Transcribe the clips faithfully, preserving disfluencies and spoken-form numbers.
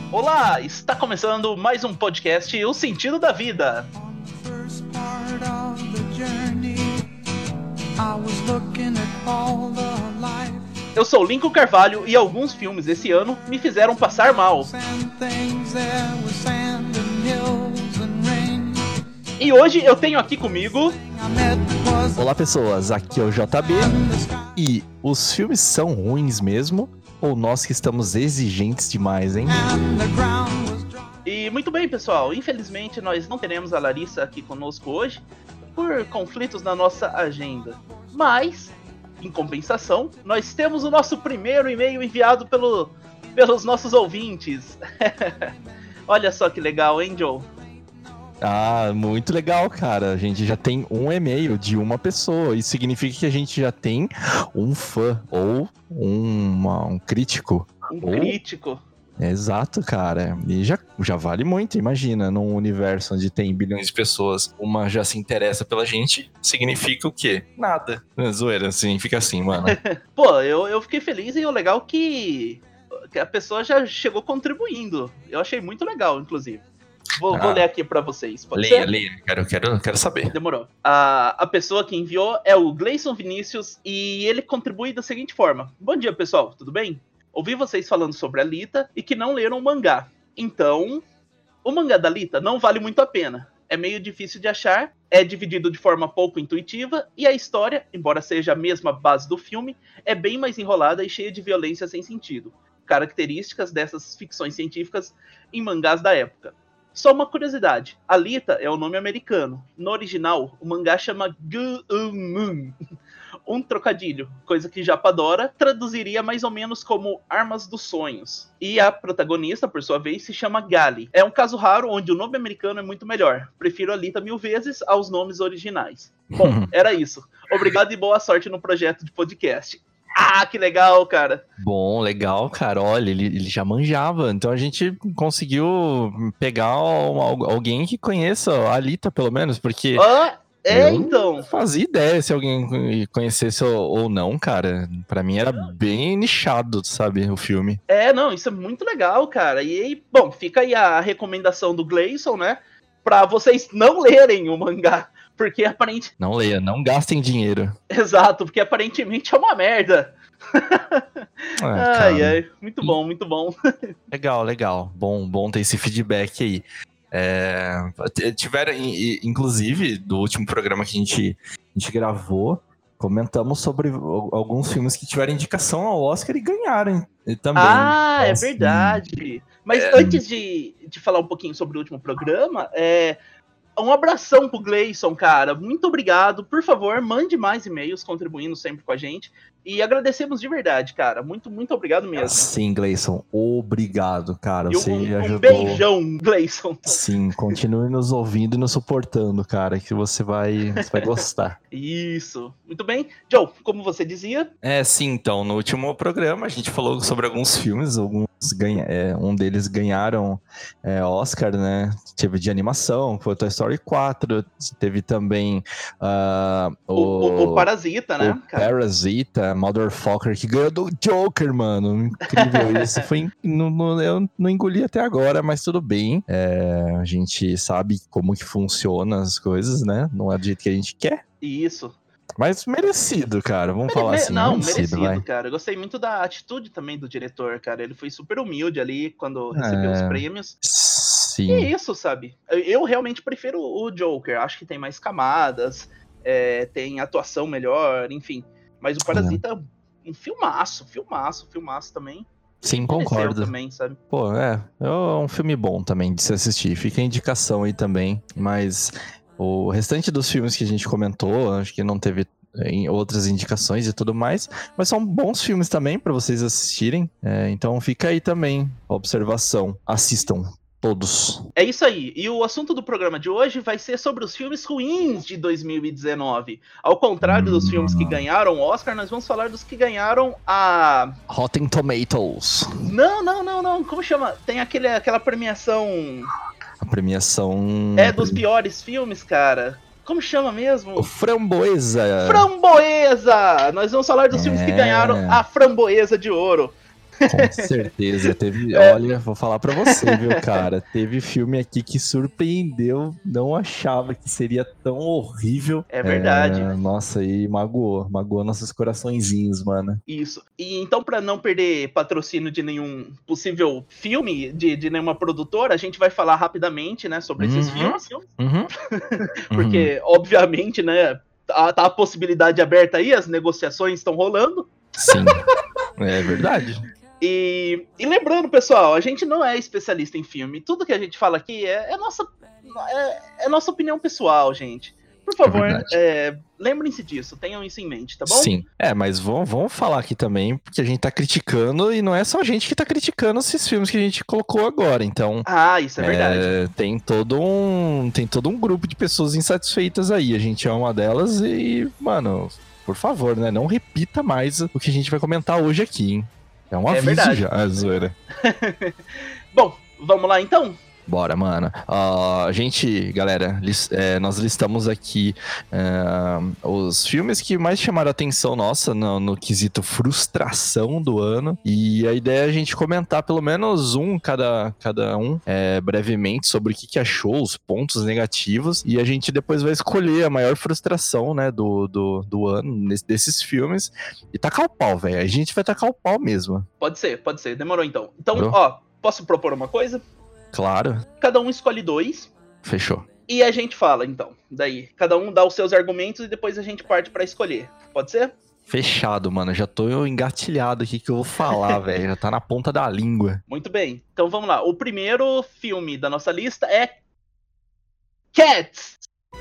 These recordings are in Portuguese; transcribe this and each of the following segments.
Olá, está começando mais um podcast, O Sentido da Vida. Eu sou Lincoln Carvalho e alguns filmes esse ano me fizeram passar mal. E hoje eu tenho aqui comigo... Olá pessoas, aqui é o J B. E os filmes são ruins mesmo? Ou nós que estamos exigentes demais, hein? E muito bem, pessoal, infelizmente nós não teremos a Larissa aqui conosco hoje por conflitos na nossa agenda. Mas, em compensação, nós temos o nosso primeiro e-mail enviado pelo, pelos nossos ouvintes. Olha só que legal, hein, Joe? Ah, muito legal, cara. A gente já tem um e-mail de uma pessoa. Isso significa que a gente já tem um fã ou uma, um crítico. Um ou... crítico. Exato, cara. E já, já vale muito, imagina, num universo onde tem bilhões de pessoas, uma já se interessa pela gente, significa o quê? Nada. Zoeira, significa assim, mano. Pô, eu, eu fiquei feliz e o legal que, que a pessoa já chegou contribuindo. Eu achei muito legal, inclusive. Vou, ah, vou ler aqui pra vocês, pode leia, ser? Leia, quero, quero, quero saber. Demorou. A, a pessoa que enviou é o Gleison Vinícius e ele contribui da seguinte forma. Bom dia, pessoal, tudo bem? Ouvi vocês falando sobre a Alita e que não leram o mangá. Então, o mangá da Alita não vale muito a pena. É meio difícil de achar, é dividido de forma pouco intuitiva e a história, embora seja a mesma base do filme, é bem mais enrolada e cheia de violência sem sentido. Características dessas ficções científicas em mangás da época. Só uma curiosidade, Alita é o nome americano. No original, o mangá chama Gu-Un-Mun, um trocadilho, coisa que Japadora traduziria mais ou menos como Armas dos Sonhos. E a protagonista, por sua vez, se chama Gali. É um caso raro onde o nome americano é muito melhor. Prefiro Alita mil vezes aos nomes originais. Bom, era isso. Obrigado e boa sorte no projeto de podcast. Ah, que legal, cara. Bom, legal, cara. Olha, ele, ele já manjava. Então a gente conseguiu pegar alguém que conheça a Alita, pelo menos, porque... Ah, é, eu então. não fazia ideia se alguém conhecesse ou não, cara. Pra mim era bem nichado, sabe, o filme. É, não, isso é muito legal, cara. E aí, bom, fica aí a recomendação do Gleison, né? Pra vocês não lerem o mangá. Porque aparentemente... Não leia, não gastem dinheiro. Exato, porque aparentemente é uma merda. Ah, ai, ai, muito bom, muito bom. Legal, legal. Bom, bom ter esse feedback aí. É, tiveram, inclusive, do último programa que a gente, a gente gravou, comentamos sobre alguns filmes que tiveram indicação ao Oscar e ganharam também. Ah, então, é verdade. Mas é... antes de, de falar um pouquinho sobre o último programa, é... um abração pro Gleison, cara. Muito obrigado. Por favor, mande mais e-mails contribuindo sempre com a gente. E agradecemos de verdade, cara. Muito, muito obrigado mesmo. Sim, Gleison. Obrigado, cara. E Você um, ajudou. Um beijão, Gleison. Sim, continue nos ouvindo e nos suportando, cara, que você vai, você vai gostar. Isso. Muito bem. Joe, como você dizia... É, sim, então, no último programa a gente falou sobre alguns filmes, alguns ganha, é, um deles ganharam é, Oscar, né? Teve de animação, que foi Toy Story quatro, teve também uh, o, o, o Parasita, né? O cara? Parasita, Motherfucker, que ganhou do Joker, mano. Incrível isso. Foi, no, no, eu não engoli até agora, mas tudo bem. É, a gente sabe como que funciona as coisas, né? Não é do jeito que a gente quer. Isso. Mas merecido, cara. Vamos falar assim. Não, merecido, merecido cara. Eu gostei muito da atitude também do diretor, cara. Ele foi super humilde ali quando recebeu é... os prêmios. Sim. E é isso, sabe? Eu realmente prefiro o Joker. Acho que tem mais camadas, é, tem atuação melhor, enfim. Mas o Parasita é um filmaço, filmaço, filmaço também. Sim, concordo. Também, sabe? Pô, é, é um filme bom também de se assistir. Fica a indicação aí também. Mas o restante dos filmes que a gente comentou, acho que não teve em outras indicações e tudo mais, mas são bons filmes também para vocês assistirem. É, então fica aí também a observação. Assistam. Todos. É isso aí. E o assunto do programa de hoje vai ser sobre os filmes ruins de dois mil e dezenove. Ao contrário hum. dos filmes que ganharam o Oscar, nós vamos falar dos que ganharam a... Rotten Tomatoes. Não, não, não, não. Como chama? Tem aquele, aquela premiação... A premiação... É, dos piores filmes, cara. Como chama mesmo? O Framboesa. Framboesa! Nós vamos falar dos é. filmes que ganharam a Framboesa de Ouro. Com certeza, teve, é. Olha, vou falar pra você, viu, cara, teve filme aqui que surpreendeu, não achava que seria tão horrível. É verdade. É, nossa, e magoou, magoou nossos coraçõezinhos, mano. Isso, e então pra não perder patrocínio de nenhum possível filme, de, de nenhuma produtora, a gente vai falar rapidamente, né, sobre uhum. esses filmes, Uhum. porque, uhum. obviamente, né, tá, tá a possibilidade aberta aí, as negociações estão rolando. Sim, é verdade. E, e lembrando, pessoal, a gente não é especialista em filme. Tudo que a gente fala aqui é, é, nossa, é, é nossa opinião pessoal, gente. Por favor, é é, lembrem-se disso, tenham isso em mente, tá bom? Sim, é, mas vamos, vamos falar aqui também, porque a gente tá criticando, e não é só a gente que tá criticando esses filmes que a gente colocou agora, então... Ah, isso é, é verdade. Tem todo um, tem todo um grupo de pessoas insatisfeitas aí, a gente é uma delas e, mano, por favor, né, não repita mais o que a gente vai comentar hoje aqui, hein? É um aviso é verdade. já, zoeira. Bom, vamos lá então? Bora, mano. Uh, a gente, galera, list, é, nós listamos aqui uh, os filmes que mais chamaram a atenção nossa no, no quesito frustração do ano. E a ideia é a gente comentar pelo menos um, cada, cada um, é, brevemente, sobre o que, que achou, os pontos negativos. E a gente depois vai escolher a maior frustração, né, do, do, do ano, nesse, desses filmes. E tacar o pau, velho. A gente vai tacar o pau mesmo. Pode ser, pode ser. Demorou então. Então, Demorou? ó, posso propor uma coisa? Claro. Cada um escolhe dois. Fechou. E a gente fala, então. Daí, cada um dá os seus argumentos e depois a gente parte pra escolher. Pode ser? Fechado, mano. Já tô engatilhado aqui que eu vou falar, velho. Já tá na ponta da língua. Muito bem. Então vamos lá. O primeiro filme da nossa lista é Cats.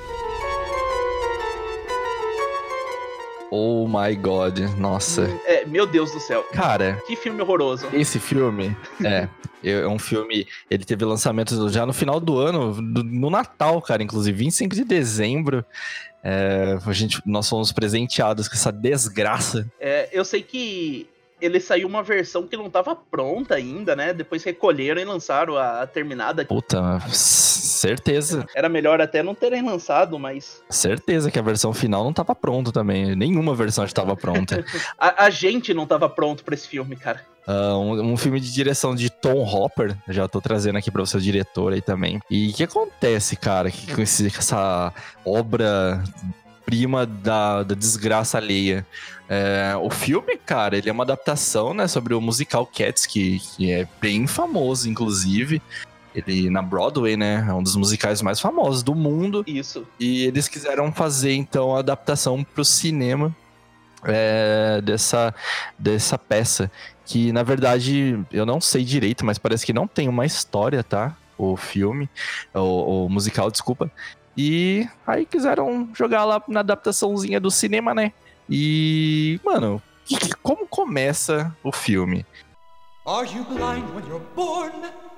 Oh my God, nossa. É, meu Deus do céu. Cara, que filme horroroso. Esse filme, é, é um filme, ele teve lançamento já no final do ano, do, no Natal, cara, inclusive, vinte e cinco de dezembro. É, a gente, nós fomos presenteados com essa desgraça. É, eu sei que ele saiu uma versão que não tava pronta ainda, né? Depois recolheram e lançaram a, a terminada. Puta, certeza. Era melhor até não terem lançado, mas... Certeza que a versão final não tava pronta também. Nenhuma versão estava pronta. a, a gente não tava pronto pra esse filme, cara. Uh, um, um filme de direção de Tom Hopper. Já tô trazendo aqui pra você o diretor aí também. E o que acontece, cara, que, com esse, essa obra... prima da, da desgraça alheia. É, o filme, cara, ele é uma adaptação, né, sobre o musical Cats, que, que é bem famoso, inclusive. Ele, na Broadway, né, é um dos musicais mais famosos do mundo. Isso. E eles quiseram fazer, então, a adaptação pro cinema é, dessa, dessa peça. Que, na verdade, eu não sei direito, mas parece que não tem uma história, tá? O filme, o, o musical, desculpa. E aí quiseram jogar lá na adaptaçãozinha do cinema, né? E, mano, como começa o filme? Are you blind when you're born?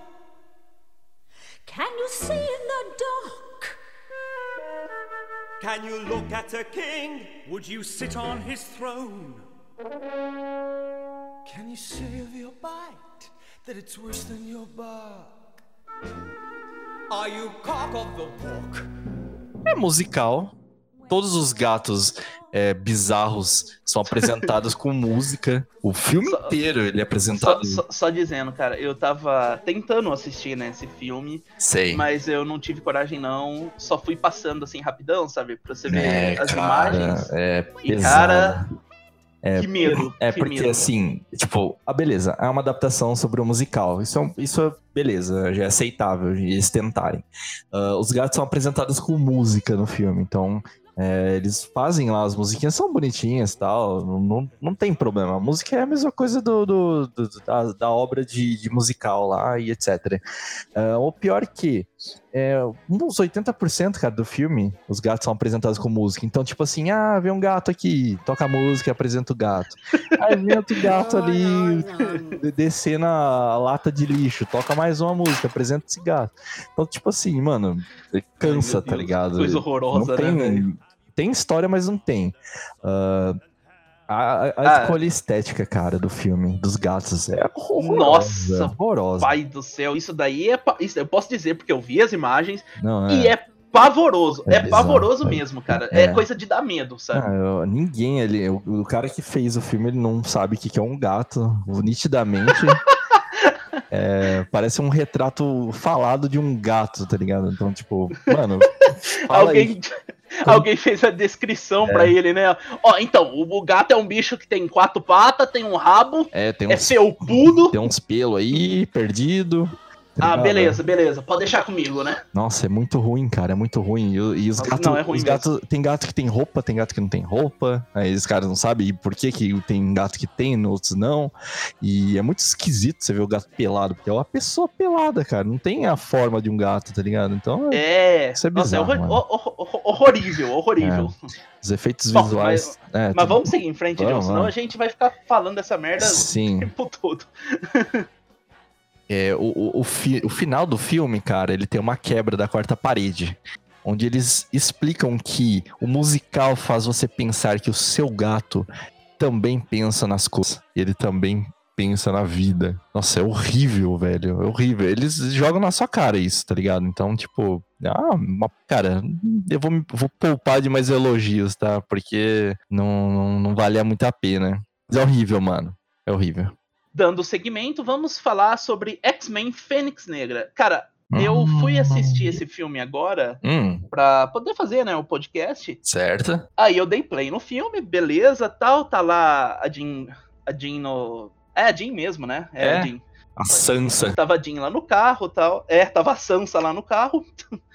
Can you see in the dark? Can you look at a king? Would you sit on his throne? Can you say of your bite that it's worse than your bark? Are you cock of the walk? É musical. Todos os gatos é, bizarros são apresentados com música. O filme só, inteiro ele é apresentado. Só, só, só dizendo, cara, eu tava tentando assistir, né, esse filme. Sei. Mas eu não tive coragem, não. Só fui passando assim rapidão, sabe? Pra você ver é, as cara, imagens. É e, pesado. cara. É, que medo. É que porque, medo. assim, tipo, ah, beleza, é uma adaptação sobre o musical. Isso é, isso é beleza, já é aceitável eles tentarem. Uh, os gatos são apresentados com música no filme, então é, eles fazem lá, as musiquinhas são bonitinhas e tal, não, não, não tem problema. A música é a mesma coisa do, do, do da, da obra de, de musical lá e etcétera. Uh, o pior que é, uns oitenta por cento, cara, do filme, os gatos são apresentados com música. Então, tipo assim, ah, vem um gato aqui, toca a música e apresenta o gato. Aí vem outro gato ali descendo a lata de lixo, toca mais uma música, apresenta esse gato. Então, tipo assim, mano, cansa, Ai, tá ligado? Coisa horrorosa, não tem, né? Tem história, mas não tem. Uh, a a ah, escolha estética, cara, do filme, dos gatos, é horrorosa. Nossa, horrorosa. Pai do céu, isso daí é... Isso eu posso dizer, porque eu vi as imagens não, é. e é pavoroso. É, É é bizarro, pavoroso cara. mesmo, cara. É. É. coisa de dar medo, sabe? Ah, eu- ninguém ali, o, o cara que fez o filme, ele não sabe o que, que é um gato. Nitidamente, é, parece um retrato falado de um gato, tá ligado? Então, tipo, mano, fala aí. Alguém, alguém fez a descrição pra ele, né? Ó, então, o, o gato é um bicho que tem quatro patas, tem um rabo, É, tem é uns, felpudo. tem uns pelos aí, perdido. tá Ah, ligado? beleza, beleza. Pode deixar comigo, né? Nossa, é muito ruim, cara, é muito ruim. E, o- e os Nossa, gatos, não, é ruim os mesmo. gatos, tem gato que tem roupa, tem gato que não tem roupa. Aí os caras não sabem por que, que tem gato que tem, outros não. E é muito esquisito você ver o gato pelado, porque é uma pessoa pelada, cara. Não tem a forma de um gato, tá ligado? Então, é, É. Isso é Nossa, é bizarro, horror- mano. hor- hor- horrorível, horrorível. os efeitos Bom, visuais. é, Mas tudo- vamos seguir em frente, Vamos, John, senão vamos. a gente vai ficar falando dessa merda Sim. o tempo todo. É, o, o, o, fi- o final do filme, cara, ele tem uma quebra da quarta parede. Onde eles explicam que o musical faz você pensar que o seu gato também pensa nas coisas. Ele também pensa na vida. Nossa, é horrível, velho. É horrível. Eles jogam na sua cara isso, tá ligado? Então, tipo, ah, uma, cara, eu vou, me- vou poupar de mais elogios, tá? Porque não, não, não valia muito a pena. Mas é horrível, mano. É horrível. Dando segmento, vamos falar sobre X-Men Fênix Negra. Cara, eu fui assistir esse filme agora Hum, pra poder fazer, né, o podcast. certo? Aí eu dei play no filme, beleza, tal, tá lá a Jean, a Jean no... É, a Jean mesmo, né? É, É. a Jean. A Sansa. Tava a Jean lá no carro, tal. É, tava a Sansa lá no carro.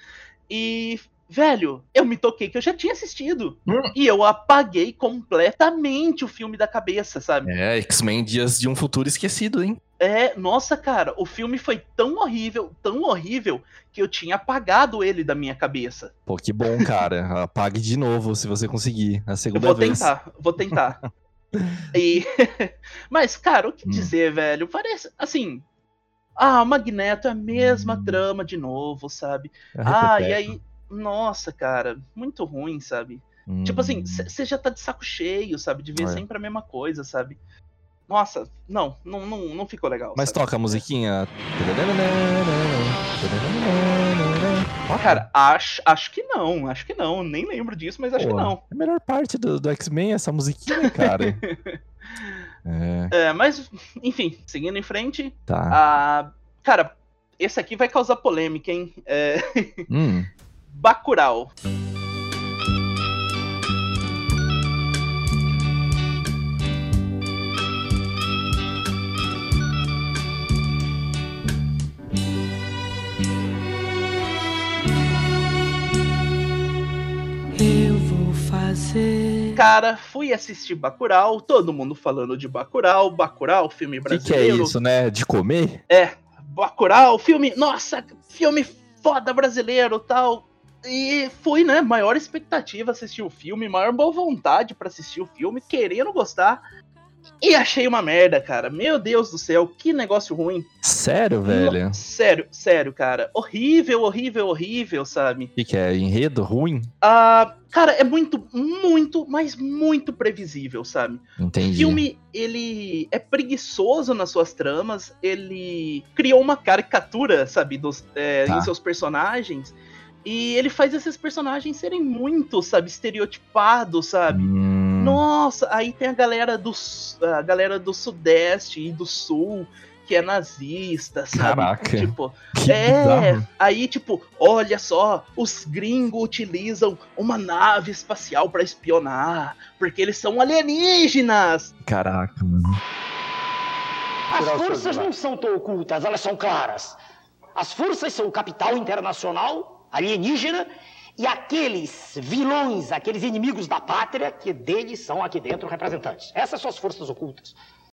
E, velho, eu me toquei que eu já tinha assistido. Hum. E eu apaguei completamente o filme da cabeça, sabe? É, X-Men Dias de um Futuro Esquecido, hein? É, nossa, cara, o filme foi tão horrível, tão horrível, que eu tinha apagado ele da minha cabeça. Pô, que bom, cara. Apague de novo se você conseguir. A Eu segunda vou vez. tentar, vou tentar. E... Mas, cara, o que Hum. dizer, velho? Parece, assim... Ah, o Magneto é a mesma Hum. trama de novo, sabe? É Ah, e repeteco. aí... Nossa, cara, muito ruim, sabe? Hum. Tipo assim, você já tá de saco cheio, sabe? De ver É. sempre a mesma coisa, sabe? Nossa, não, não, não, não ficou legal. Mas sabe? toca a musiquinha. Cara, acho, acho que não, acho que não. Nem lembro disso, mas acho Pô, que não. É a melhor parte do, do X-Men, essa musiquinha, cara. É, É, mas, enfim, seguindo em frente. tá. Ah, cara, esse aqui vai causar polêmica, hein? É, Hum. Bacurau. Eu vou fazer. Cara, fui assistir Bacurau, todo mundo falando de Bacurau, Bacurau, filme O que, que é brasileiro. isso, né? De comer? É, Bacurau, filme, nossa, filme foda brasileiro, tal. E fui, né, maior expectativa assistir o filme, maior boa vontade pra assistir o filme, querendo gostar. E achei uma merda, cara. Meu Deus do céu, que negócio ruim. Sério, velho? No- sério, sério, cara. Horrível, horrível, horrível, sabe? O que, que é? Enredo ruim? Ah, cara, é muito, muito, mas muito previsível, sabe? Entendi. O filme, ele é preguiçoso nas suas tramas, ele criou uma caricatura, sabe, dos, é, Tá. em seus personagens, e ele faz esses personagens serem muito, sabe, estereotipados, sabe? Hum, Nossa, aí tem a galera do, su- a galera do Sudeste e do Sul, que é nazista, sabe? Caraca. Tipo, que é, bizarro. aí tipo, olha só, os gringos utilizam uma nave espacial pra espionar, porque eles são alienígenas. Caraca, mano. As forças não são tão ocultas, elas são claras. As forças são o capital internacional, alienígena, e aqueles vilões, aqueles inimigos da pátria, que deles são aqui dentro representantes. Essas são as forças ocultas.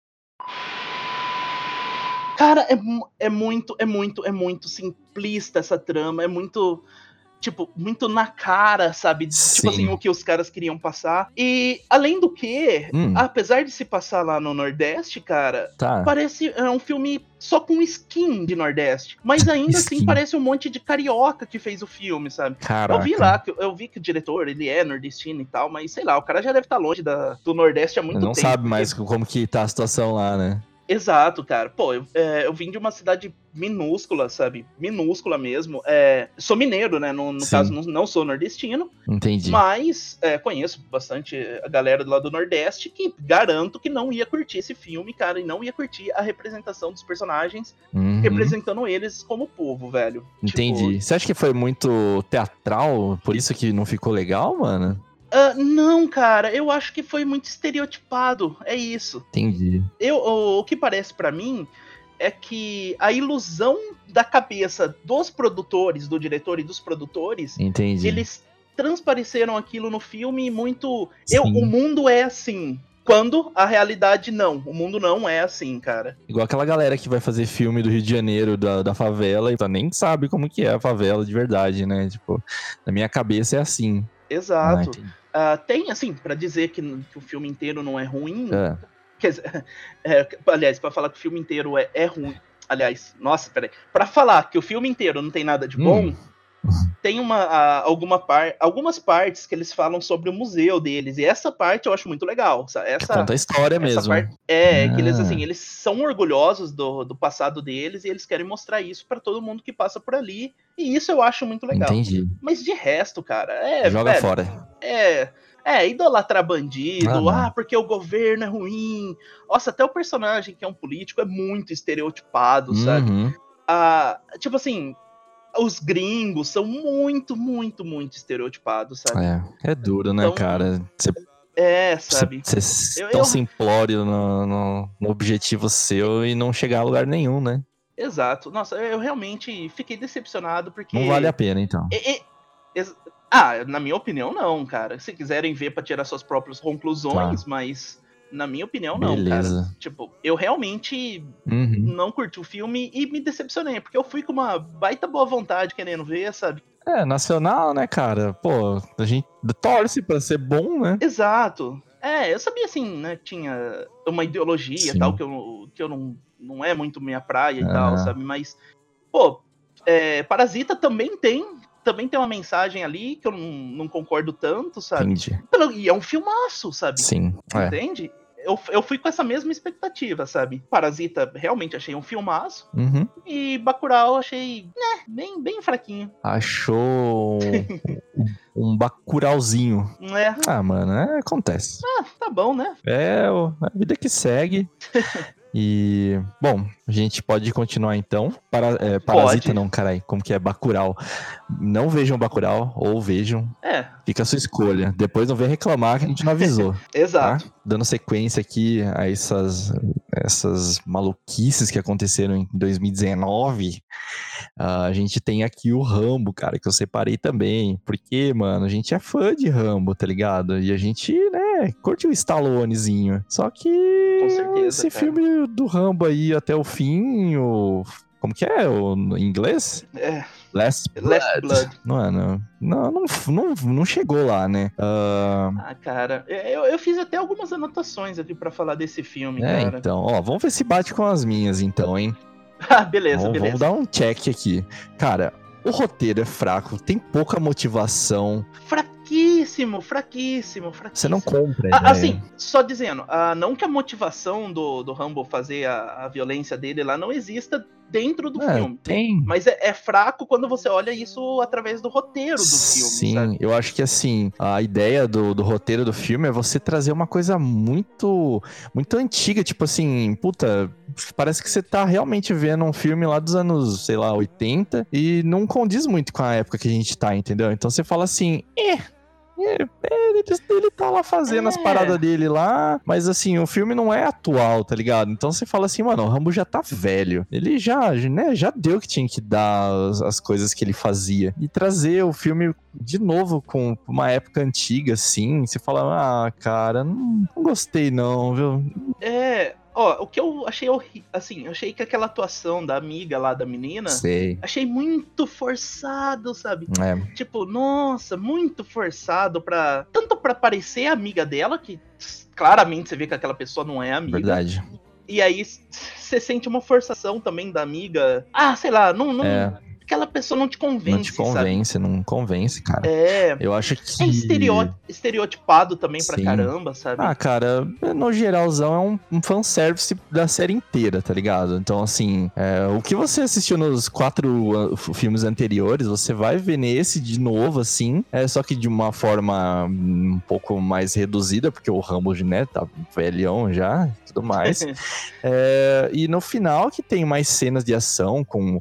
Cara, é, mu- é muito, é muito, é muito simplista essa trama, é muito, tipo, muito na cara, sabe? Sim. Tipo assim, o que os caras queriam passar. E, além do que, Hum. apesar de se passar lá no Nordeste, cara, Tá. parece é, um filme só com skin de Nordeste. Mas ainda Skin. assim parece um monte de carioca que fez o filme, sabe? Caraca. Eu vi lá, que- eu vi que o diretor, ele é nordestino e tal, mas sei lá, o cara já deve estar longe da, do Nordeste há muito Não tempo. sabe porque- mais como que tá a situação lá, né? Exato, cara. Pô, eu, é, eu vim de uma cidade minúscula, sabe? Minúscula mesmo. É, sou mineiro, né? No, no caso, não, não sou nordestino. Entendi. Mas é, conheço bastante a galera do lado do Nordeste que garanto que não ia curtir esse filme, cara. E não ia curtir a representação dos personagens, Uhum. representando eles como povo, velho. Entendi. Tipo, Você acha que foi muito teatral, por isso que não ficou legal, mano? Uh, não, cara, eu acho que foi muito estereotipado, é isso. Entendi. Eu, o, o que parece pra mim é que a ilusão da cabeça dos produtores, do diretor e dos produtores, Entendi. eles transpareceram aquilo no filme muito... Eu, Sim. o mundo é assim, quando a realidade não. O mundo não é assim, cara. Igual aquela galera que vai fazer filme do Rio de Janeiro, da, da favela, e nem sabe como que é a favela de verdade, né? Tipo, na minha cabeça é assim. Exato. Ah, Uh, tem, assim, pra dizer que, que o filme inteiro não é ruim... É. Quer dizer, é, aliás, pra falar que o filme inteiro é, é ruim... Aliás, nossa, peraí. Pra falar que o filme inteiro não tem nada de bom... Hum. Tem uma, a, alguma par, algumas partes que eles falam sobre o museu deles. E essa parte eu acho muito legal. Essa, Que conta a história essa mesmo. Parte, é, Ah. que eles, assim, eles são orgulhosos do, do passado deles e eles querem mostrar isso pra todo mundo que passa por ali. E isso eu acho muito legal. Entendi. Mas de resto, cara, é... Joga velho, fora. É... É, idolatrar bandido, Ah, ah, porque o governo é ruim. Nossa, até o personagem que é um político é muito estereotipado, sabe? Uhum. Ah, tipo assim... Os gringos são muito, muito, muito estereotipados, sabe? É, é duro, né, Então, cara? Você É, sabe? ser Eu- tão eu- simplório no, no, no objetivo seu e não chegar a lugar nenhum, né? Exato. Nossa, eu realmente fiquei decepcionado porque... Não vale a pena, então. E- e- ex- Ah, na minha opinião, não, cara. Se quiserem ver pra tirar suas próprias conclusões, mas na minha opinião, não, Beleza. cara. Tipo, eu realmente Uhum. não curti o filme e me decepcionei, porque eu fui com uma baita boa vontade querendo ver, sabe? É, nacional, né, cara? Pô, a gente torce pra ser bom, né? Exato. É, eu sabia assim, né, que tinha uma ideologia Sim. e tal, que eu, que eu não, não é muito minha praia e Ah. tal, sabe? Mas, pô, é, Parasita também tem, também tem uma mensagem ali que eu não, não concordo tanto, sabe? Entendi. E é um filmaço, sabe? Sim. É. Entende? Eu, eu fui com essa mesma expectativa, sabe? Parasita realmente achei um filmaço. Uhum. E Bacurau achei, né, bem, bem fraquinho. Achou um, um bacurauzinho. É, Ah, mano, é, acontece. ah, tá bom, né? É o- a vida que segue. E, bom, a gente pode continuar então. Para, é, Parasita Pode. não, carai, como que é? Bacurau. Não vejam Bacurau, ou vejam, É, fica a sua escolha. Depois não vem reclamar que a gente não avisou, tá? exato. Dando sequência aqui a essas, essas maluquices que aconteceram em dois mil e dezenove, a gente tem aqui o Rambo, cara, que eu separei também. Porque, mano, a gente é fã de Rambo, tá ligado? E a gente, né, curte o Stallonezinho. Só que Com certeza, esse cara. filme do Rambo aí até o fim, o... como que é o, em inglês? É, Last Blood. Last Blood. Mano, não, não, não, não chegou lá, né? Ah, Ah, cara, eu, eu fiz até algumas anotações aqui pra falar desse filme, é, cara. então, ó, vamos ver se bate com as minhas, então, hein? Ah, beleza, Vamos, beleza. vamos dar um check aqui. Cara, o roteiro é fraco, tem pouca motivação. Fraquíssimo, fraquíssimo, fraquíssimo. Você não compra, Ah, né? assim, só dizendo, ah, não que a motivação do, do Rambo fazer a, a violência dele lá não exista dentro do É, filme. tem. Mas é, é fraco quando você olha isso através do roteiro do filme, Sim, sabe? eu acho que assim, a ideia do, do roteiro do filme é você trazer uma coisa muito, muito antiga, tipo assim, puta, parece que você tá realmente vendo um filme lá dos anos, sei lá, oitenta e não condiz muito com a época que a gente tá, entendeu? Então você fala assim, é, é, é, ele, ele tá lá fazendo as É. paradas dele lá, mas assim, o filme não é atual, tá ligado? Então você fala assim, mano, o Rambo já tá velho. Ele já, né, já deu o que tinha que dar as, as coisas que ele fazia. E trazer o filme de novo com uma época antiga, assim, você fala, ah, cara, não, não gostei não, viu? É, ó, o que eu achei horrível, assim, eu achei que aquela atuação da amiga lá da menina, Sei. achei muito forçado, sabe? É, Tipo, nossa, muito forçado pra... Tanto pra parecer amiga dela, que claramente você vê que aquela pessoa não é amiga. verdade. E aí você sente uma forçação também da amiga. Ah, sei lá, não... não É. aquela pessoa não te convence, Não te convence, sabe? não convence, cara. É, Eu acho que... é estereó- estereotipado também pra Sim. caramba, sabe? Ah, cara, no geralzão é um, um fanservice da série inteira, tá ligado? Então, assim, é, o que você assistiu nos quatro uh, filmes anteriores, você vai ver nesse de novo, assim, é, só que de uma forma um pouco mais reduzida, porque o Rambo, né, tá velhão já e tudo mais. É, e no final que tem mais cenas de ação com...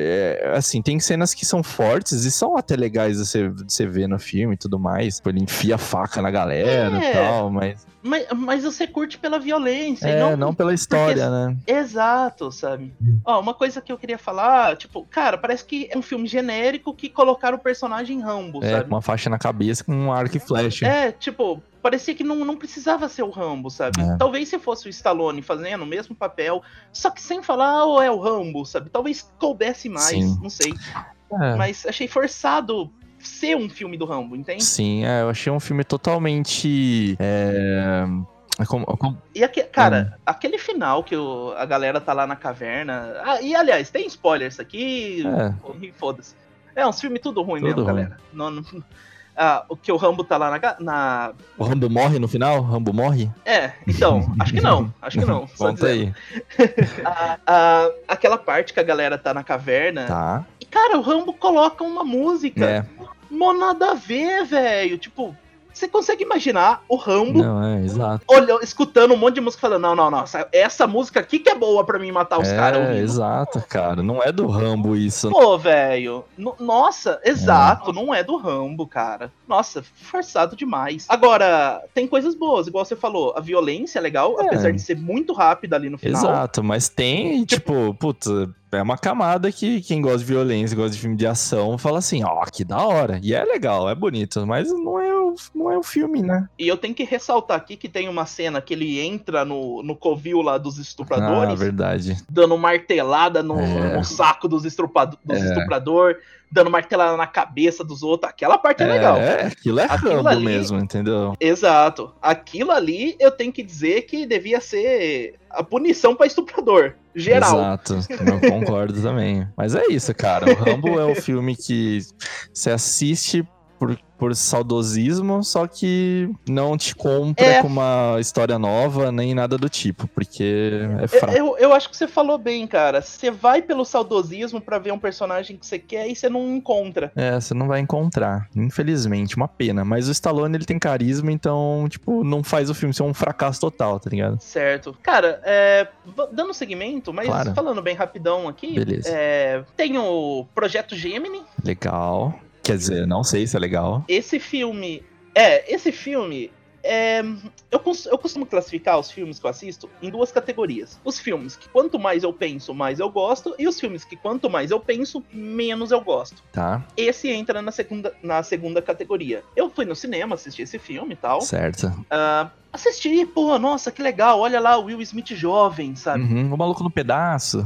É, assim, tem cenas que são fortes e são até legais de você, de você ver no filme e tudo mais. Tipo, ele enfia a faca na galera É. e tal, mas... Mas, mas você curte pela violência É, e não, não pela história, porque- né? Exato, sabe? Ó, uma coisa que eu queria falar, tipo, cara, parece que é um filme genérico que colocaram o personagem Rambo, É, sabe? com uma faixa na cabeça com um arco e flecha. É, tipo, parecia que não, não precisava ser o Rambo, sabe? É. Talvez se fosse o Stallone fazendo o mesmo papel, só que sem falar, oh, é o Rambo, sabe? Talvez coubesse mais, Sim. não sei. É. Mas achei forçado ser um filme do Rambo, entende? Sim, é, eu achei um filme totalmente... É... Como, como... E, aque, cara, aquele final que o, a galera tá lá na caverna... Ah, e, aliás, tem spoilers aqui, É. e foda-se. É um filme tudo ruim Tudo mesmo, ruim. galera. Não, não, ah, o que o Rambo tá lá na, ga- na... O Rambo morre no final? O Rambo morre? É, então, acho que não, acho que não. só Conta dizendo. aí. Ah, ah, aquela parte que a galera tá na caverna. Tá. E, cara, o Rambo coloca uma música. É. Mó nada a ver, velho. Tipo, você consegue imaginar o Rambo Não, é, exato. olhando, escutando um monte de música falando, não, não, não, essa, essa música aqui que é boa pra mim matar os caras É, ouvindo. exato, cara. Não é do Rambo isso. Pô, velho. no- Nossa, exato, não é do Rambo, cara. Nossa, forçado demais. Agora, tem coisas boas, igual você falou. A violência é legal, É. apesar de ser muito rápida ali no final. Exato, mas tem, tipo, puta, é uma camada que quem gosta de violência, gosta de filme de ação, fala assim, ó, que da hora. E é legal, é bonito, mas não é o, não é o filme, né? E eu tenho que ressaltar aqui que tem uma cena que ele entra no, no covil lá dos Ah, estupradores, verdade. dando martelada no, É. no saco dos, estrupado, dos É. estuprador, dando martelada na cabeça dos outros. Aquela parte é, legal. É, aquilo é Aquilo Rambo ali- mesmo, entendeu? Exato. Aquilo ali eu tenho que dizer que devia ser a punição pra estuprador. Geral. Exato, eu concordo também. Mas é isso, cara. O Rambo é o filme que você assiste por, por saudosismo, só que não te compra É. com uma história nova, nem nada do tipo, porque é fraco. Eu, eu acho que você falou bem, cara. Você vai pelo saudosismo pra ver um personagem que você quer e você não encontra. É, você não vai encontrar, infelizmente, uma pena. Mas o Stallone, ele tem carisma, então, tipo, não faz o filme ser um fracasso total, tá ligado? Certo. Cara, é, v- dando seguimento, mas Claro. falando bem rapidão aqui, Beleza. é, tem o Projeto Gemini. Legal. Quer dizer, não sei se é legal. Esse filme. É, esse filme. É, eu, cons- eu costumo classificar os filmes que eu assisto em duas categorias. Os filmes que quanto mais eu penso, mais eu gosto. E os filmes que quanto mais eu penso, menos eu gosto. Tá, Esse entra na segunda, na segunda categoria. Eu fui no cinema assistir esse filme e tal. certo. Ah, assisti, pô, nossa, que legal. Olha lá o Will Smith jovem, sabe? Uhum, o Maluco no Pedaço.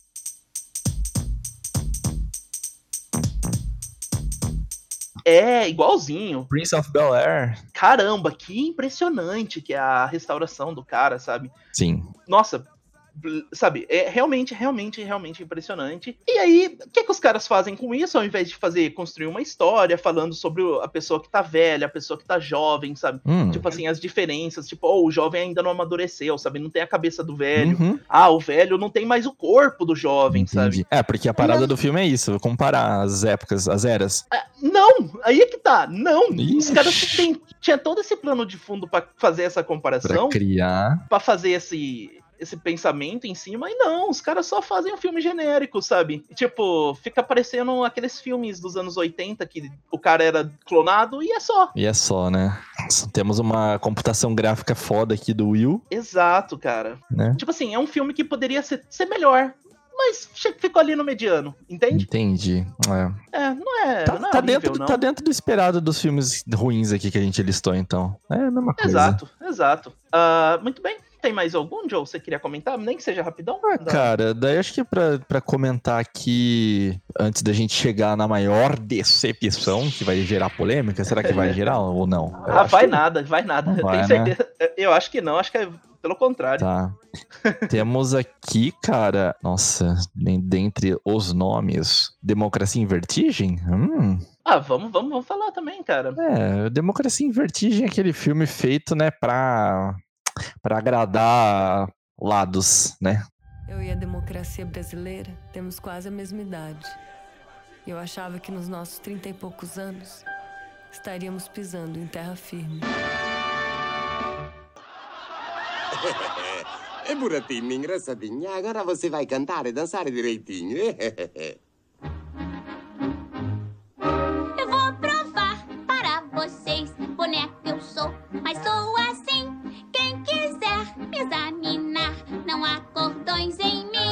É, igualzinho. Prince of Bel-Air. Caramba, que impressionante que é a restauração do cara, sabe? Sim. Nossa, bl- sabe, é realmente, realmente, realmente impressionante. E aí, o que, que os caras fazem com isso? Ao invés de fazer, construir uma história falando sobre o- a pessoa que tá velha, a pessoa que tá jovem, sabe? Hum. Tipo assim, as diferenças, tipo, oh, o jovem ainda não amadureceu, sabe? Não tem a cabeça do velho. Uhum. Ah, o velho não tem mais o corpo do jovem, sabe? Entendi. É, porque a parada Mas- do filme é isso, comparar as épocas, as eras. Ah, não, aí é que tá, não. Ixi. Os caras têm, tinha todo esse plano de fundo pra fazer essa Pra comparação, criar. pra fazer esse, esse pensamento em cima, e não, os caras só fazem um filme genérico, sabe? Tipo, fica parecendo aqueles filmes dos anos oitenta que o cara era clonado e é só. E é só, né? Temos uma computação gráfica foda aqui do Will, Exato, cara. né? Tipo assim, é um filme que poderia ser, ser melhor, mas che- ficou ali no mediano, entende? Entendi. É. É, não é, Tá, não é tá horrível, dentro, não. tá dentro do esperado dos filmes ruins aqui que a gente listou, então. É a mesma coisa. Exato, exato. Ah, muito bem. Tem mais algum, Joe, você queria comentar? Nem que seja rapidão? Ah, Dá. cara, daí acho que pra, pra comentar aqui, antes da gente chegar na maior decepção, que vai gerar polêmica, será que vai gerar ou não? Eu Ah, acho vai que nada, vai nada. não vai, Tenho certeza. Eu acho que não, acho que é pelo contrário. Tá. Temos aqui, cara, nossa, dentre os nomes, Democracia em Vertigem? Hum. Ah, vamos, vamos, vamos falar também, cara. É, Democracia em Vertigem é aquele filme feito, né, pra, pra agradar lados, né? Eu e a democracia brasileira temos quase a mesma idade. Eu achava que nos nossos trinta e poucos anos estaríamos pisando em terra firme. É buratinho, engraçadinho. Agora você vai cantar e dançar direitinho. Eu vou provar para vocês, boneco eu sou, mas sou assim. Quem quiser me examinar, não há cordões em mim.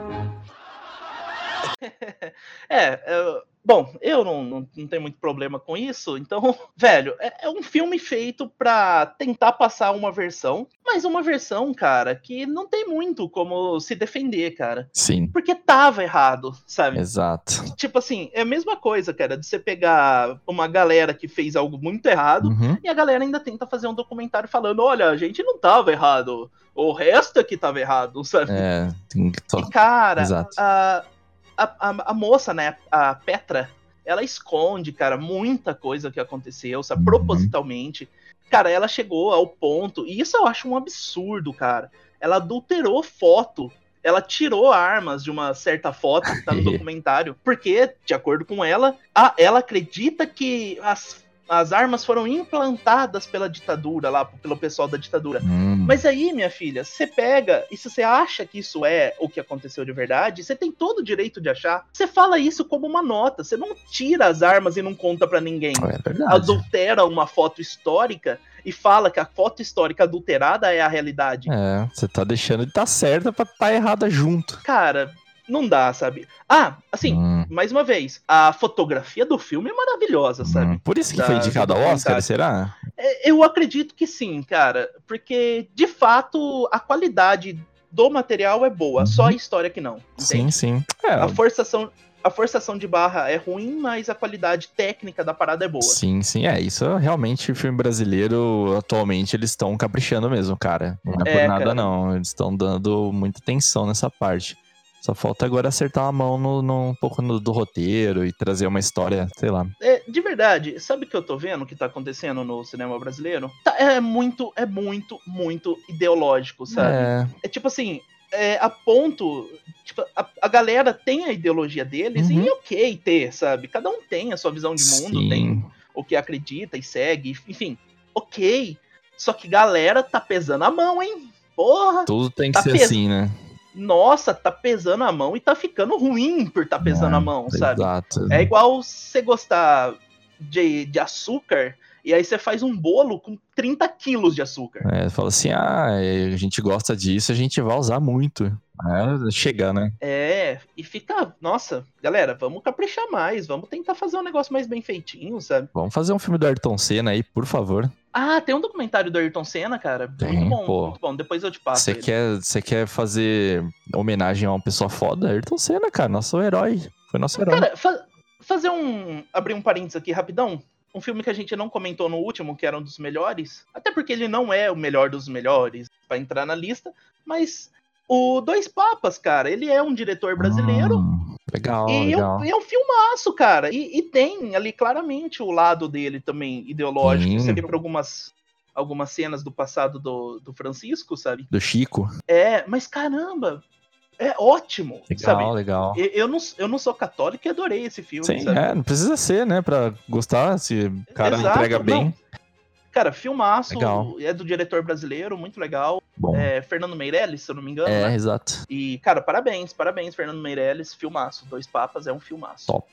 É, eu, bom, eu não, não, não tenho muito problema com isso, então, velho, é, é um filme feito pra tentar passar uma versão, mas uma versão, cara, que não tem muito como se defender, cara. Sim. Porque tava errado, sabe? Exato. Tipo assim, é a mesma coisa, cara, de você pegar uma galera que fez algo muito errado Uhum. e a galera ainda tenta fazer um documentário falando, olha, a gente não tava errado, o resto é que tava errado, sabe? É, tem que só... E, cara, Exato. a, a, a, a moça, né, a Petra, ela esconde, cara, muita coisa que aconteceu, sabe, Uhum. propositalmente. Cara, ela chegou ao ponto, e isso eu acho um absurdo, cara. Ela adulterou foto, ela tirou armas de uma certa foto que tá no documentário, porque, de acordo com ela, a, ela acredita que as, as armas foram implantadas pela ditadura lá, pelo pessoal da ditadura. Hum. Mas aí, minha filha, você pega, e se você acha que isso é o que aconteceu de verdade, você tem todo o direito de achar. Você fala isso como uma nota, você não tira as armas e não conta pra ninguém. É verdade. Adultera uma foto histórica e fala que a foto histórica adulterada é a realidade. É, você tá deixando de estar certa pra estar errada junto. Cara, não dá, sabe? Ah, assim, Hum. mais uma vez, a fotografia do filme é maravilhosa, sabe? Hum. Por isso que Da- foi indicado do ao Oscar, documentário. será? É, Eu acredito que sim, cara, porque de fato a qualidade do material é boa, Uhum. só a história que não. Sim, Entende? sim. É, A forçação, a forçação de barra é ruim, mas a qualidade técnica da parada é boa. sim, sim. É, isso realmente, o filme brasileiro, atualmente, eles estão caprichando mesmo, cara. Não é, É, por nada, cara. não. Eles estão dando muita atenção nessa parte. Só falta agora acertar a mão no, no- um pouco no- do roteiro e trazer uma história, sei lá. É, de verdade, sabe o que eu tô vendo que tá acontecendo no cinema brasileiro? Tá- é muito, é muito, muito ideológico, sabe? É, É tipo assim, é, a ponto. Tipo, a, a galera tem a ideologia deles Uhum. e é ok ter, sabe? Cada um tem a sua visão de mundo, sim. tem o que acredita e segue, enfim, ok. Só que galera tá pesando a mão, hein? Porra! Tudo tem que Tá ser pes- assim, né? Nossa, tá pesando a mão e tá ficando ruim por tá pesando É, a mão, sabe? Exato. É igual você gostar de, de açúcar e aí você faz um bolo com trinta quilos de açúcar. É, fala assim, ah, a gente gosta disso, a gente vai usar muito. É, chega, né? É, e fica, nossa, galera, vamos caprichar mais, vamos tentar fazer um negócio mais bem feitinho, sabe? Vamos fazer um filme do Ayrton Senna aí, por favor. Ah, tem um documentário do Ayrton Senna, cara, Tem, muito bom, pô. muito bom, depois eu te passo Você ele. quer, você quer fazer homenagem a uma pessoa foda? Ayrton Senna, cara, nosso herói. Foi nosso herói. Cara, fa- fazer um, abrir um parênteses aqui rapidão, um filme que a gente não comentou no último, que era um dos melhores, até porque ele não é o melhor dos melhores pra entrar na lista, mas o Dois Papas, cara, ele é um diretor brasileiro, Hum, legal, e é legal. um, e é um filmaço, cara. E, e tem ali claramente o lado dele também ideológico. Sim. Você vê por algumas, algumas cenas do passado do, do Francisco, sabe? Do Chico. É, mas caramba, é ótimo, Legal, sabe? legal. Eu, eu, não, eu não sou católico e adorei esse filme, Sim, sabe? é, não precisa ser, né, pra gostar, se o cara Exato, entrega bem. não. Cara, filmaço, Legal. é do diretor brasileiro, muito legal. Bom, é, É Fernando Meirelles, se eu não me engano, né? exato. E, cara, parabéns, parabéns, Fernando Meirelles, filmaço. Dois Papas é um filmaço. Top.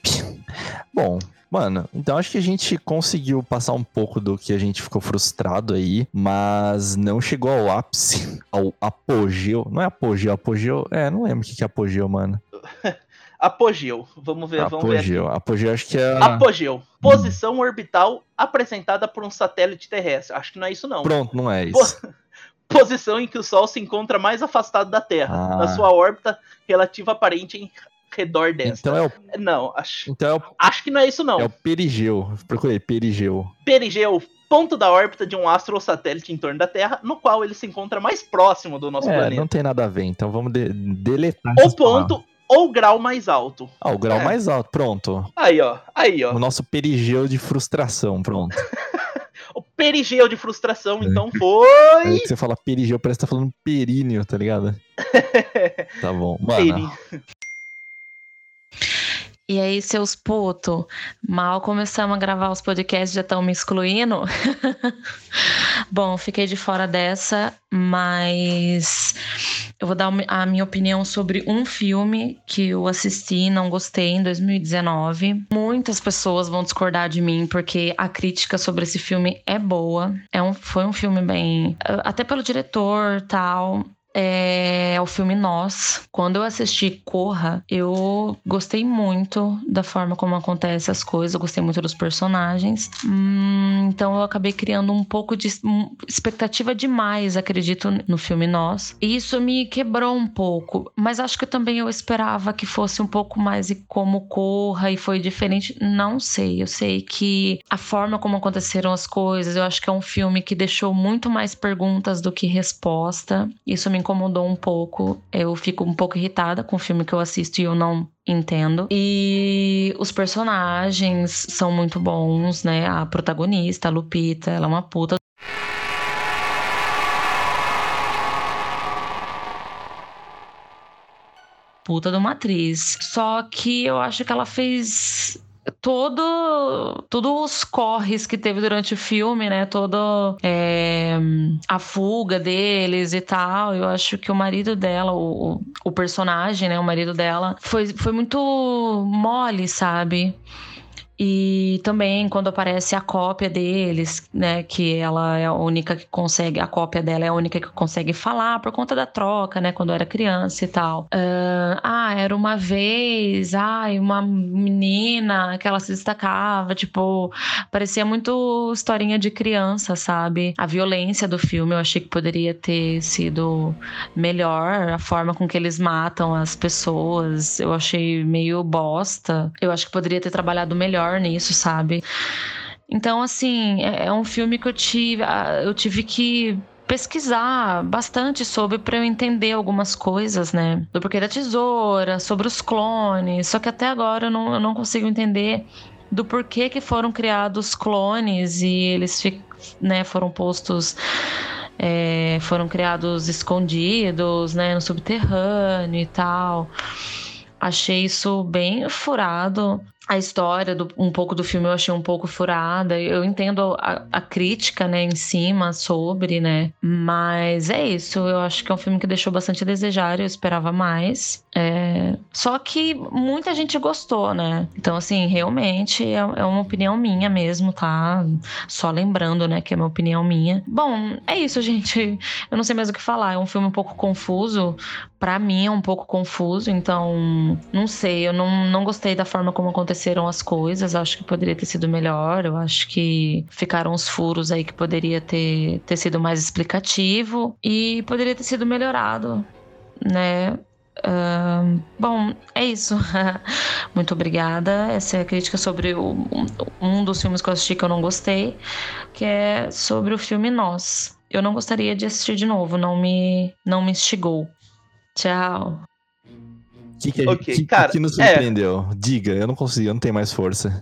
Bom, mano, então acho que a gente conseguiu passar um pouco do que a gente ficou frustrado aí, mas não chegou ao ápice, ao apogeu. Não é apogeu, apogeu. É, não lembro o que que é apogeu, mano. Apogeu, vamos ver, vamos ver aqui. Apogeu. Apogeu, acho que é. Apogeu, posição orbital apresentada por um satélite terrestre. Acho que não é isso não. Pronto, não é isso. posição em que o Sol se encontra mais afastado da Terra, Ah. na sua órbita relativa aparente em redor desta. Então é o, Não, acho, então é o, acho que não é isso não. é o perigeu. Procurei, perigeu. Perigeu, ponto da órbita de um astro ou satélite em torno da Terra, no qual ele se encontra mais próximo do nosso É, planeta. não tem nada a ver, então vamos de- deletar Ou essas palavras. ponto ou grau mais alto. Ah, o grau É. mais alto, pronto. Aí, ó. Aí, ó. O nosso perigeu de frustração, pronto. O perigeu de frustração, então, É foi... que você fala perigeu, parece que tá falando períneo, tá ligado? Tá bom. Peri- Mano, E aí, seus putos, mal começamos a gravar os podcasts, já estão me excluindo? Bom, fiquei de fora dessa, mas eu vou dar a minha opinião sobre um filme que eu assisti e não gostei em dois mil e dezenove. Muitas pessoas vão discordar de mim, porque a crítica sobre esse filme é boa. É um, foi um filme bem... Até pelo diretor e tal... É o filme Nós. Quando eu assisti Corra, eu gostei muito da forma como acontecem as coisas, eu gostei muito dos personagens. Hum, então eu acabei criando um pouco de expectativa demais, acredito, no filme Nós. E isso me quebrou um pouco, mas acho que também eu esperava que fosse um pouco mais como Corra e foi diferente. Não sei, eu sei que a forma como aconteceram as coisas, eu acho que é um filme que deixou muito mais perguntas do que resposta. Isso me incomodou um pouco. Eu fico um pouco irritada com o filme que eu assisto e eu não entendo. E os personagens são muito bons, né? A protagonista, a Lupita, ela é uma puta. Puta de uma atriz. Só que eu acho que ela fez... Todo, todos os corres que teve durante o filme, né? Toda é, a fuga deles e tal. Eu acho que o marido dela, o, o personagem, né? O marido dela foi, foi muito mole, sabe? E também quando aparece a cópia deles, né, que ela é a única que consegue, a cópia dela é a única que consegue falar por conta da troca, né, quando era criança e tal. Uh, ah, era uma vez, ai, uma menina que ela se destacava, tipo, parecia muito historinha de criança, sabe? A violência do filme eu achei que poderia ter sido melhor, a forma com que eles matam as pessoas, eu achei meio bosta. Eu acho que poderia ter trabalhado melhor nisso, sabe? Então, assim, é um filme que eu tive, eu tive que pesquisar bastante sobre para eu entender algumas coisas, né? Do porquê da tesoura, sobre os clones, só que até agora eu não, eu não consigo entender do porquê que foram criados clones e eles, né, foram postos... É, foram criados escondidos, né, no subterrâneo e tal. Achei isso bem furado. A história, do, um pouco do filme eu achei um pouco furada. Eu entendo a, a crítica, né, em cima sobre, né? Mas é isso. Eu acho que é um filme que deixou bastante a desejar. Eu esperava mais. É... Só que muita gente gostou, né? Então, assim, realmente é, é uma opinião minha mesmo, tá? Só lembrando, né, que é uma opinião minha. Bom, é isso, gente. Eu não sei mais o que falar. É um filme um pouco confuso. Pra mim é um pouco confuso. Então, não sei. Eu não, não gostei da forma como aconteceu. Aconteceram as coisas, acho que poderia ter sido melhor, eu acho que ficaram uns furos aí que poderia ter, ter sido mais explicativo e poderia ter sido melhorado, né? Uh, bom, é isso. Muito obrigada. Essa é a crítica sobre o, um dos filmes que eu assisti que eu não gostei, que é sobre o filme Nós. Eu não gostaria de assistir de novo, não me, não me instigou. Tchau. O que, que, okay, que, cara, que nos surpreendeu? É... Diga, eu não consigo, eu não tenho mais força.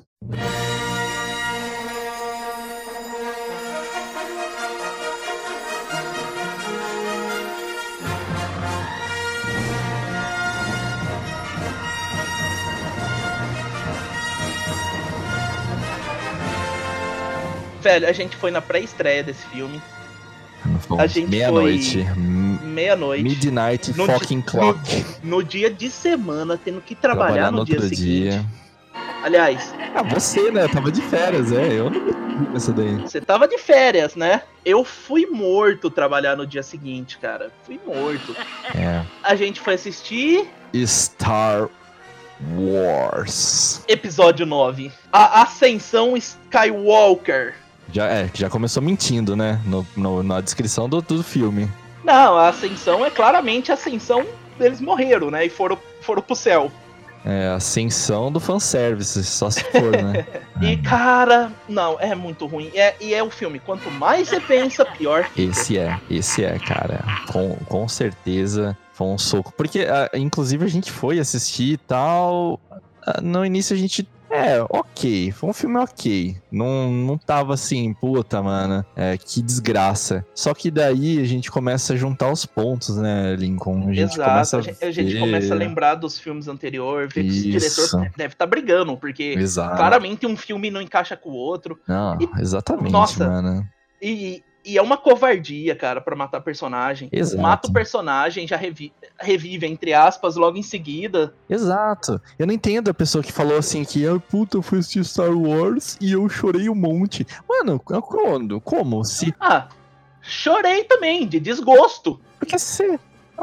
Velho, a gente foi na pré-estreia desse filme. A gente meia-noite. foi meia-noite. Midnight no fucking di- clock. No, no dia de semana, tendo que trabalhar, Trabalhar no, no dia outro seguinte. dia. Aliás, Ah, você, né? Eu tava de férias, é. Eu não me nessa daí. você tava de férias, né? Eu fui morto trabalhar no dia seguinte, cara. Fui morto. É. A gente foi assistir Star Wars. episódio nove. A Ascensão Skywalker. Já, é, já começou mentindo, né? No, no- na descrição do, do filme. Não, a ascensão é claramente a ascensão deles morreram, né? E foram, foram pro céu. É, ascensão do fanservice, só se for, né? E, cara, não, é muito ruim. É, e é o filme, quanto mais você pensa, pior fica. Esse é, esse é, cara. Com, com certeza foi um soco. Porque, a, inclusive, a gente foi assistir e tal. A, no início a gente... É, ok. Foi um filme ok. Não, não tava assim, puta, mano. É, que desgraça. Só que daí a gente começa a juntar os pontos, né, Lincoln? A gente Exato. começa a, a, gente, a gente ver... começa a lembrar dos filmes anteriores, ver que esse Isso. diretor deve estar brigando, porque Exato. claramente um filme não encaixa com o outro. Não, E, exatamente, nossa, mano. E, e é uma covardia, cara, pra matar personagem. Exato. Mata o personagem, já revi, revive, entre aspas, logo em seguida. Exato. Eu não entendo a pessoa que falou assim que, ah, puta, eu fui assistir Star Wars e eu chorei um monte. Mano, quando? Como? Se... Ah, chorei também, de desgosto. Porque se...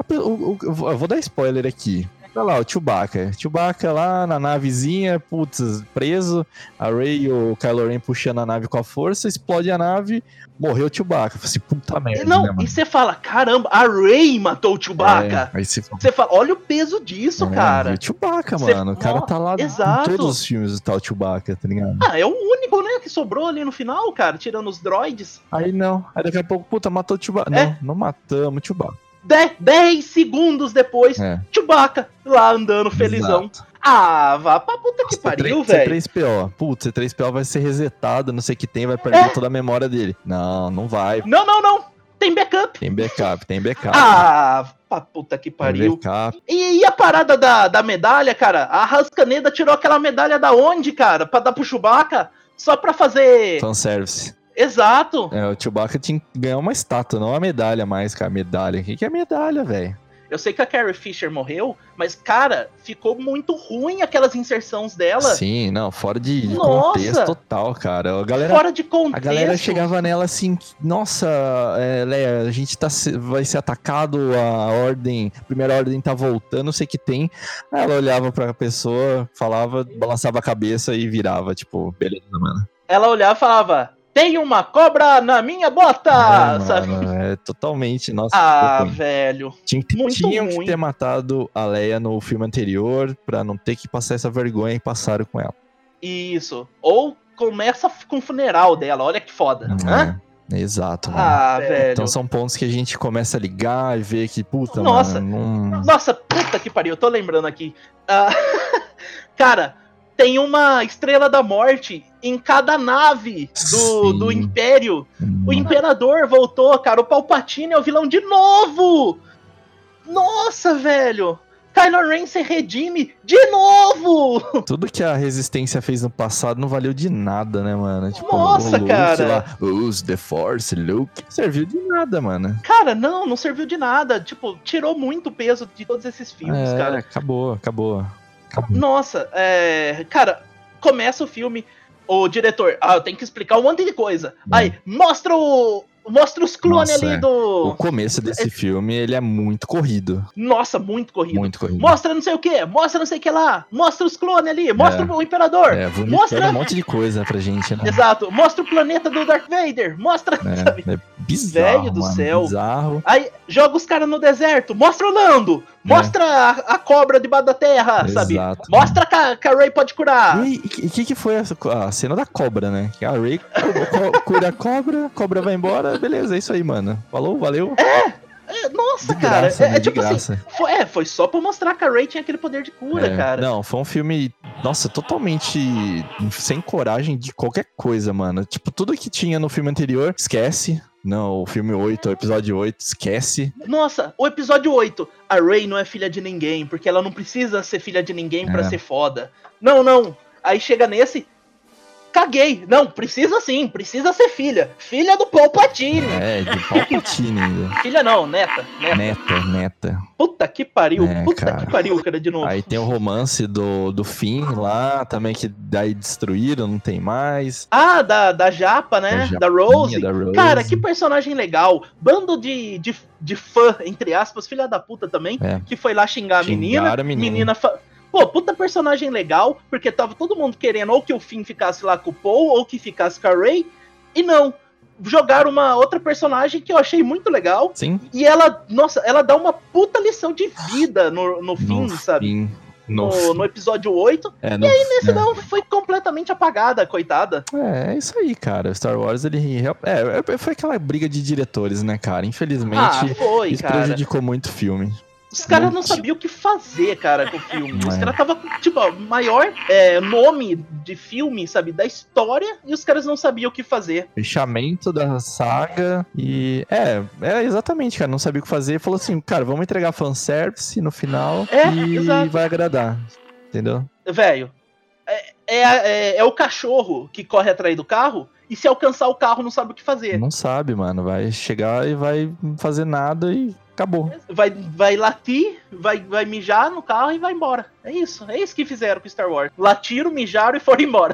Eu vou dar spoiler aqui. Olha lá, o Chewbacca. Chewbacca lá na navezinha, putz, preso. A Rey e o Kylo Ren puxando a nave com a força, explode a nave, morreu o Chewbacca. Falei assim, puta merda. Não, né, e você fala, caramba, a Rey matou o Chewbacca. É, aí você Você fala, olha o peso disso, é, cara. E o Chewbacca, Cê... mano. O cara tá lá Exato. em todos os filmes do tal Chewbacca, tá ligado? Ah, é o único, né, que sobrou ali no final, cara, tirando os droids. Aí não. Aí daqui a pouco, puta, matou o Chewbacca. É. Não, não matamos o Chewbacca. dez segundos depois, É. Chewbacca lá andando felizão. Exato. Ah, vá pra puta que pariu, velho. C três P O. Putz, C três P O vai ser resetado, não sei o que tem, vai perder É. toda a memória dele. Não, não vai. Não, não, não. Tem backup. Tem backup, tem backup. Ah, pra puta que tem pariu. backup. E, e a parada da, da medalha, cara? A Rascaneda tirou aquela medalha da onde, cara? Pra dar pro Chewbacca? Só pra fazer... Fanservice. Exato. É, o Chewbacca tinha que ganhar uma estátua, não uma medalha mais, cara. Medalha. O que, que é medalha, velho? Eu sei que a Carrie Fisher morreu, mas, cara, ficou muito ruim aquelas inserções dela. Sim, não, fora de, de Nossa. contexto total, cara. A galera, Fora de contexto. a galera chegava nela assim, nossa, é, Leia, a gente tá, vai ser atacado, a ordem, a primeira ordem tá voltando, não sei o que tem. Aí ela olhava pra pessoa, falava, balançava a cabeça e virava, tipo, beleza, mano. Ela olhava e falava, tem uma cobra na minha bota, É, sabe? mano, é totalmente, nossa. Ah, ruim. velho. Tinha que, muito tinham que ruim. ter matado a Leia no filme anterior pra não ter que passar essa vergonha que passaram com ela. Isso. Ou começa com o funeral dela, olha que foda. Hã? É, exato, mano. Ah, velho. Então são pontos que a gente começa a ligar e ver que, puta, Nossa. mano, não... Nossa, puta que pariu, eu tô lembrando aqui. Ah, cara, tem uma Estrela da Morte em cada nave do, Sim. do Império. O Imperador voltou, cara. O Palpatine é o vilão de novo! Nossa, velho! Kylo Ren se redime de novo! Tudo que a Resistência fez no passado não valeu de nada, né, mano? Tipo, Nossa, o Luke cara. lá, use the Force, Luke. Serviu de nada, mano. Cara, não, não serviu de nada. Tipo, tirou muito peso de todos esses filmes, é, cara. acabou, acabou. acabou. Nossa, é... Cara, começa o filme, o diretor, ah, eu tenho que explicar um monte de coisa. Hum. Aí, mostra o... Mostra os clones Nossa, ali é. do... O começo desse filme, ele é muito corrido. Nossa, muito corrido. Muito corrido. Mostra não sei o que, mostra não sei o que lá, mostra os clones ali, mostra É. o Imperador, É, vomitando mostra... um monte de coisa pra gente, né? Exato, mostra o planeta do Darth Vader, mostra, sabe? É, é bizarro, Velho do mano, céu. bizarro. Aí joga os caras no deserto, mostra o Lando, mostra a, a cobra debaixo da terra, sabe? Exato. Mostra que a, que a Rey pode curar. E o que, que foi essa, a cena da cobra, né? Que a Rey cu- cu- cura a cobra, a cobra vai embora, beleza, é isso aí, mano. Falou, valeu. É, nossa, De cara, graça, é, né? é De tipo graça. assim, foi, é, foi só pra mostrar que a Rey tinha aquele poder de cura, É, cara. Não, foi um filme, nossa, totalmente sem coragem de qualquer coisa, mano. Tipo, tudo que tinha no filme anterior, esquece. Não, o filme oito, o episódio oito, esquece. Nossa, o episódio oito, a Rey não é filha de ninguém, porque ela não precisa ser filha de ninguém pra É. ser foda. Não, não. Aí chega nesse, caguei. Não, precisa sim, precisa ser filha. Filha do Palpatine. É, de Palpatine ainda. Filha não, neta, neta. Neta, neta. Puta que pariu, É, puta cara. que pariu, cara, de novo. Aí tem o romance do, do Finn lá, também que daí destruíram, não tem mais. Ah, da, da Japa, né? Da Da, Japinha, Rose. da Rose. Cara, que personagem legal. Bando de, de, de fã, entre aspas, filha da puta também, É. que foi lá xingar a menina. Xingaram a menina. fa... Pô, puta personagem legal, porque tava todo mundo querendo ou que o Finn ficasse lá com o Paul, ou que ficasse com a Rey. E não. jogaram uma outra personagem que eu achei muito legal. Sim. E ela, nossa, ela dá uma puta lição de vida no, no fim, No sabe? fim. No, No, no episódio oito. é, E no, aí, nesse é. não, foi completamente apagada, coitada. É, é isso aí, cara. Star Wars, ele... É, foi aquela briga de diretores, né, cara? Infelizmente, Ah, foi, isso cara. prejudicou muito o filme. Os caras não Muito. sabiam o que fazer, cara, com o filme. Os É. caras tava com, tipo, o maior é, nome de filme, sabe, da história, e os caras não sabiam o que fazer. Fechamento da saga e... É, é exatamente, cara. Não sabia o que fazer. Falou assim, cara, vamos entregar fanservice no final É, e exato. vai agradar. Entendeu? Velho, é, é, é, é o cachorro que corre atrás do carro, e se alcançar o carro não sabe o que fazer. Não sabe, mano. Vai chegar e vai fazer nada e acabou. Vai, vai latir, vai, vai mijar no carro e vai embora. É isso, é isso que fizeram com Star Wars. Latiram, mijaram e foram embora.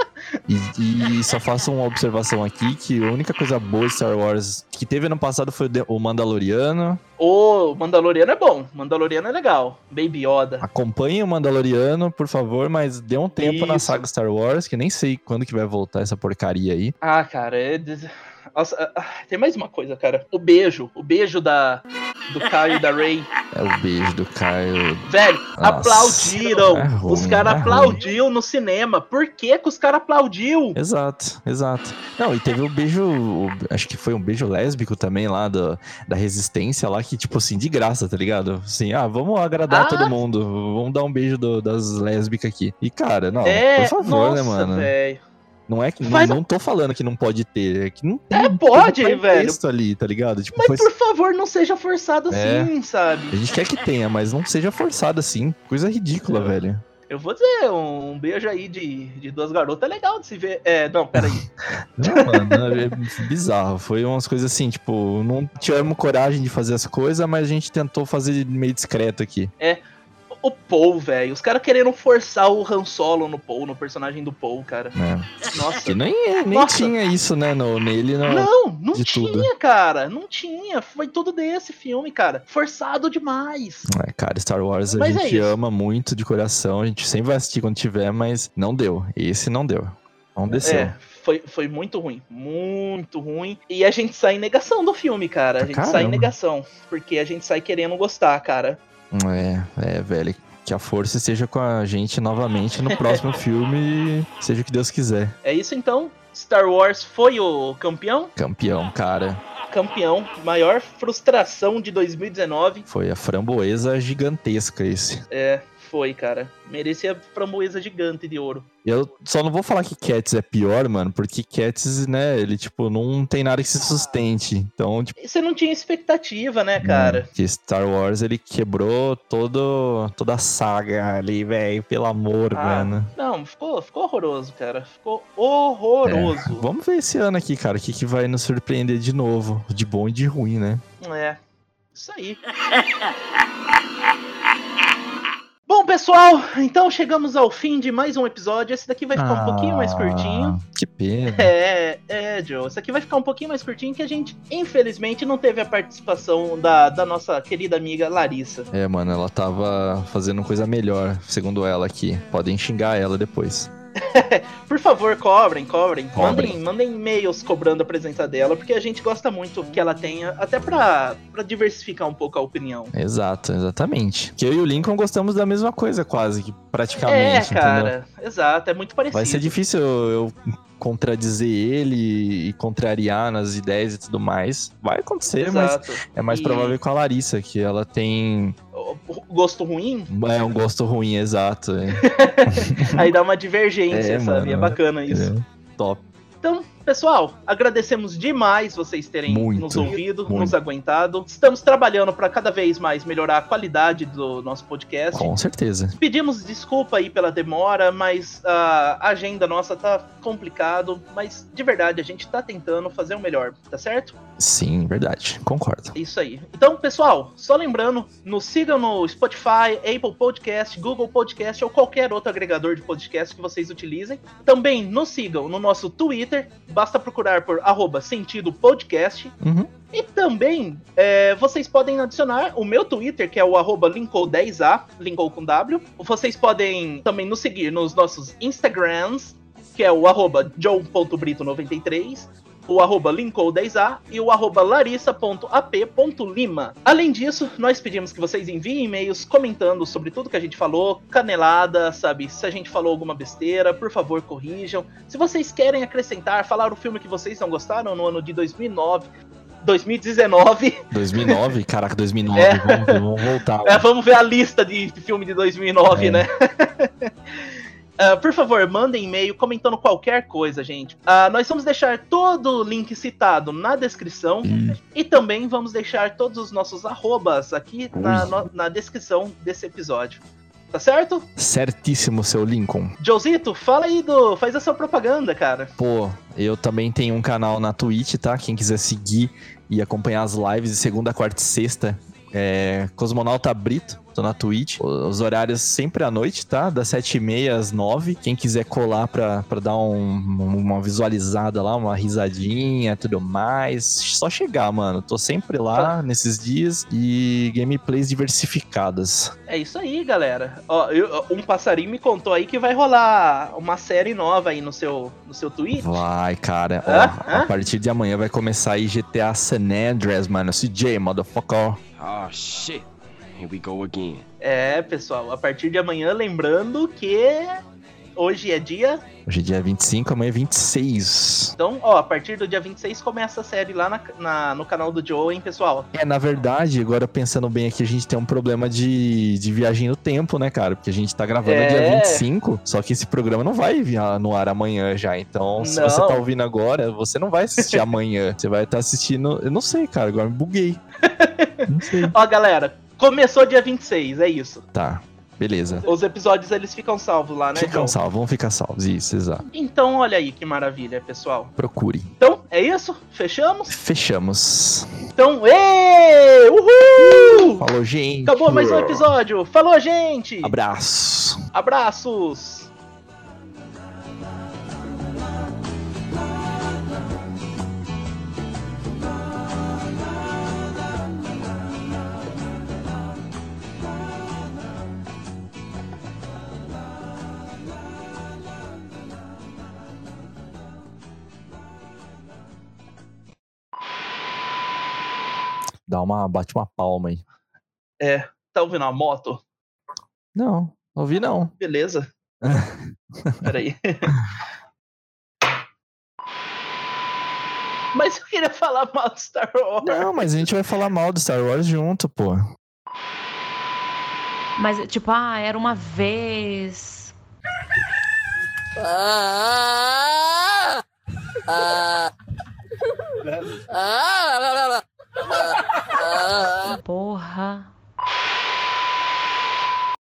E, e só faço uma observação aqui, que a única coisa boa de Star Wars que teve ano passado foi o The- o Mandaloriano. O Mandaloriano é bom, Mandaloriano é legal. Baby Yoda. Acompanhe o Mandaloriano, por favor, mas dê um tempo na Isso. saga Star Wars, que nem sei quando que vai voltar essa porcaria aí. Ah, cara, é... des- Nossa, ah, tem mais uma coisa, cara. O beijo, o beijo da do Kylo e da Rey. É o beijo do Caio. Velho, Nossa, aplaudiram. é ruim, os caras é ruim. aplaudiram no cinema. Por que que os caras aplaudiram? Exato, exato. Não, e teve o beijo, o- acho que foi um beijo lésbico também lá do, da Resistência lá, que tipo assim, de graça, tá ligado? Assim, ah, vamos agradar Ah. todo mundo, vamos dar um beijo do- das lésbicas aqui. E cara, não, É, por favor, nossa, né, mano? velho. Não é que, não, Faz- não tô falando que não pode ter, é que não tem. É, pode, tem velho. texto ali, tá ligado? Tipo, Mas foi- por favor, não seja forçado É. assim, sabe? a gente quer que tenha, mas não seja forçado assim. Coisa ridícula, velho. Eu vou dizer, um beijo aí de, de duas garotas é legal de se ver. É, não, peraí. Não, mano, é bizarro. Foi umas coisas assim, tipo, não tivemos coragem de fazer as coisas, mas a gente tentou fazer meio discreto aqui. O Paul, velho. Os caras querendo forçar o Han Solo no Paul, no personagem do Paul, cara. Né? Nossa. Que nem, nem Nossa. tinha isso, né, no, nele. No... Não, não de tinha, tudo. cara. Não tinha. Foi tudo desse filme, cara. Forçado demais. É, cara, Star Wars a Mas é gente isso. ama muito de coração, a gente sempre vai assistir quando tiver, mas não deu. Esse não deu. Não desceu. É, foi, foi muito ruim. Muito ruim. E a gente sai em negação do filme, cara. A gente sai em Caramba. negação. Porque a gente sai querendo gostar, cara. É, é, velho. Que a força esteja com a gente novamente no próximo filme, seja o que Deus quiser. É isso então. Star Wars foi o campeão? Campeão, cara. Campeão. Maior frustração de dois mil e dezenove. Foi a framboesa gigantesca esse. É, foi, cara. Merecia framboesa gigante de ouro. Eu só não vou falar que Cats é pior, mano, porque Cats, né, ele, tipo, não tem nada que se sustente. Então, tipo, E você não tinha expectativa, né, cara? que Star Wars, ele quebrou todo, toda a saga ali, velho, pelo amor, Ah, mano. Não, ficou, ficou horroroso, cara. Ficou horroroso. É, vamos ver esse ano aqui, cara, o que, que vai nos surpreender de novo, de bom e de ruim, né? É, isso aí. Bom, pessoal, então chegamos ao fim de mais um episódio. Esse daqui vai ficar um pouquinho mais curtinho. Que pena. É, é, Joe. Esse aqui vai ficar um pouquinho mais curtinho, que a gente, infelizmente, não teve a participação da, da nossa querida amiga Larissa. É, mano, ela tava fazendo coisa melhor, segundo ela aqui. Podem xingar ela depois. Por favor, cobrem, cobrem. Cobrem. Mandem, mandem e-mails cobrando a presença dela, porque a gente gosta muito que ela tenha, até pra, pra diversificar um pouco a opinião. Exato, exatamente. Que eu e o Lincoln gostamos da mesma coisa, quase, que É, praticamente, entendeu? cara, exato, é muito parecido. Vai ser difícil eu, eu contradizer ele e contrariar nas ideias e tudo mais. Vai acontecer, Exato. mas é mais E provável com a Larissa, que ela tem o- o gosto ruim, é, um gosto ruim, exato. É, aí dá uma divergência, É, sabe? mano, É bacana isso. é top. Então, pessoal, agradecemos demais vocês terem Muito, nos ouvido, muito. nos aguentado. Estamos trabalhando para cada vez mais melhorar a qualidade do nosso podcast. Com certeza. Pedimos desculpa aí pela demora, mas a agenda nossa tá complicado, mas de verdade a gente tá tentando fazer o melhor, tá certo? Sim, verdade. Concordo. É isso aí. Então, pessoal, só lembrando, nos sigam no Spotify, Apple Podcast, Google Podcast ou qualquer outro agregador de podcast que vocês utilizem. Também nos sigam no nosso Twitter, basta procurar por arroba sentido podcast. Uhum. E também, é, vocês podem adicionar o meu Twitter, que é o arroba linkou dez A, linkou com W. Vocês podem também nos seguir nos nossos Instagrams, que é o arroba john ponto brito noventa e três. o arroba linkou dez A e o arroba larissa ponto a p ponto lima. Além disso, nós pedimos que vocês enviem e-mails comentando sobre tudo que a gente falou, canelada, sabe? Se a gente falou alguma besteira, por favor, corrijam. Se vocês querem acrescentar, falar o filme que vocês não gostaram no ano de dois mil e nove, dois mil e dezenove. dois mil e nove? Caraca, dois mil e nove. É. Vamos, vamos voltar. É, vamos ver a lista de, de filme de dois mil e nove, É. né? Uh, por favor, mandem e-mail comentando qualquer coisa, gente. Uh, nós vamos deixar todo o link citado na descrição. Hum. E também vamos deixar todos os nossos arrobas aqui na, no- na descrição desse episódio. Tá certo? Certíssimo, seu Lincoln. Josito, fala aí do... faz a sua propaganda, cara. Pô, eu também tenho um canal na Twitch, tá? Quem quiser seguir e acompanhar as lives de segunda, quarta e sexta, é Cosmonauta Brito. Tô na Twitch. Os horários sempre à noite, tá? Das sete e meia às nove. Quem quiser colar pra, pra dar um, uma visualizada lá, uma risadinha, tudo mais, só chegar, mano. Tô sempre lá nesses dias e gameplays diversificadas. É isso aí, galera. Ó, eu- um passarinho me contou aí que vai rolar uma série nova aí no seu, no seu Twitch. Vai, cara. Ó, Hã? Hã? a partir de amanhã vai começar aí G T A San Andreas, mano. C J, motherfucker. Oh, shit. Here we go again. É, pessoal, a partir de amanhã, lembrando que hoje é dia... Hoje é dia vinte e cinco, amanhã é vinte e seis. Então, ó, a partir do dia vinte e seis começa a série lá na, na- no canal do Joe, hein, pessoal? É, na verdade, agora pensando bem aqui, a gente tem um problema de, de viagem no tempo, né, cara? Porque a gente tá gravando É. dia vinte e cinco, só que esse programa não vai vir no ar amanhã já. Então, se Não. você tá ouvindo agora, você não vai assistir amanhã. Você vai estar assistindo... Eu não sei, cara, agora me buguei. Não sei. Ó, galera, começou dia vinte e seis, é isso. Tá, beleza. Os episódios, eles ficam salvos lá, né, Ficam Joe? salvos, vão ficar salvos. Isso, exato. Então, olha aí que maravilha, pessoal. Procure. Então, é isso? Fechamos? Fechamos. Então, ê! Uhul! Falou, gente. Acabou mais um episódio. Falou, gente! Abraço. Abraços! Dá uma... Bate uma palma aí. É, tá ouvindo a moto? Não, ouvi não. Beleza. Peraí. Mas eu queria falar mal de Star Wars. Não, mas a gente vai falar mal do Star Wars junto, pô. Mas, tipo, ah, era uma vez. Ah! Ah! Ah! Porra.